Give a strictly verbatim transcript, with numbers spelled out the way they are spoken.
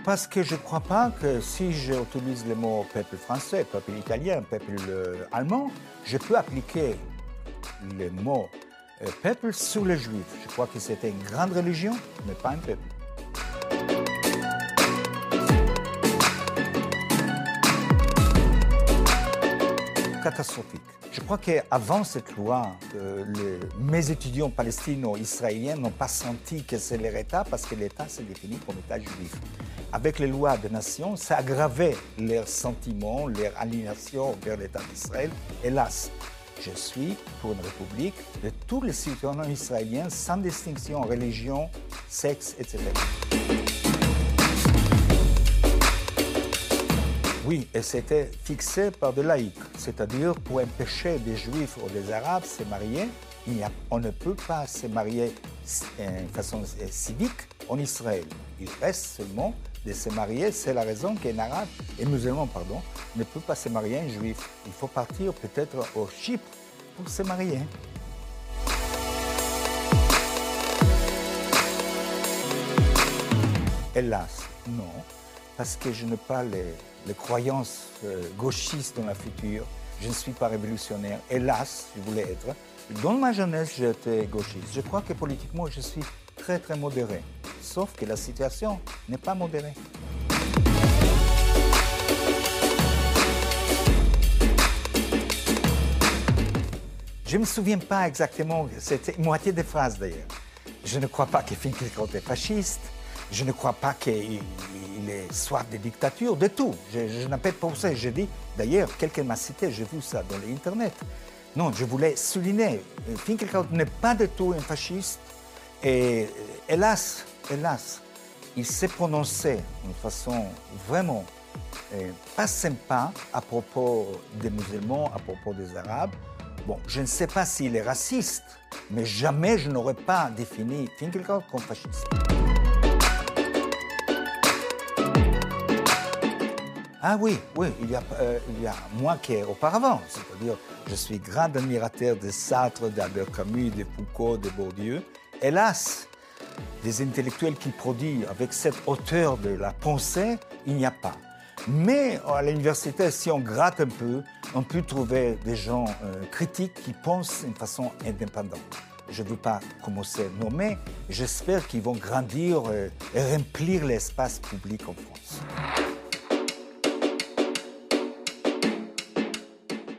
Parce que je ne crois pas que si j'utilise le mot peuple français, peuple italien, peuple euh, allemand, je peux appliquer le mot euh, peuple sur les Juifs. Je crois que c'était une grande religion, mais pas un peuple. Catastrophique. Je crois qu'avant cette loi, euh, le, mes étudiants palestino-israéliens n'ont pas senti que c'est leur État parce que l'État s'est défini comme État juif. Avec les lois des nations, ça aggravait leurs sentiments, leur aliénation vers l'État d'Israël. Hélas, je suis pour une république de tous les citoyens israéliens sans distinction en religion, sexe, et cetera. Oui, et c'était fixé par des laïcs, c'est-à-dire pour empêcher des juifs ou des arabes de se marier, il y a, on ne peut pas se marier de façon civique en Israël. Il reste seulement de se marier, c'est la raison qu'un arabe, et musulman, pardon, ne peut pas se marier un juif. Il faut partir peut-être au Chypre pour se marier. Hélas, non, parce que je n'ai pas les, les croyances euh, gauchistes dans la future. Je ne suis pas révolutionnaire. Hélas, je voulais être. Dans ma jeunesse, j'étais gauchiste. Je crois que politiquement, je suis très, très modéré. Sauf que la situation n'est pas modérée. Je ne me souviens pas exactement, c'était moitié des phrases d'ailleurs. Je ne crois pas que Finkielkraut est fasciste. Je ne crois pas qu'il ait soif de dictature, de tout. Je, je n'ai pas pensé. Je dis, d'ailleurs, quelqu'un m'a cité, j'ai vu ça dans l'Internet. Non, je voulais souligner, Finkielkraut n'est pas du tout un fasciste. Et hélas, hélas, il s'est prononcé d'une façon vraiment euh, pas sympa à propos des musulmans, à propos des arabes. Bon, je ne sais pas s'il est raciste, mais jamais je n'aurais pas défini Finkielkraut comme fasciste. Ah oui, oui, il y a, euh, il y a moins qu'auparavant. C'est-à-dire, je suis grand admirateur de Sartre, d'Albert Camus, de Foucault, de Bourdieu. Hélas, des intellectuels qui produisent avec cette hauteur de la pensée, il n'y a pas. Mais à l'université, si on gratte un peu, on peut trouver des gens euh, critiques qui pensent d'une façon indépendante. Je ne veux pas commencer à nommer, j'espère qu'ils vont grandir euh, et remplir l'espace public en France.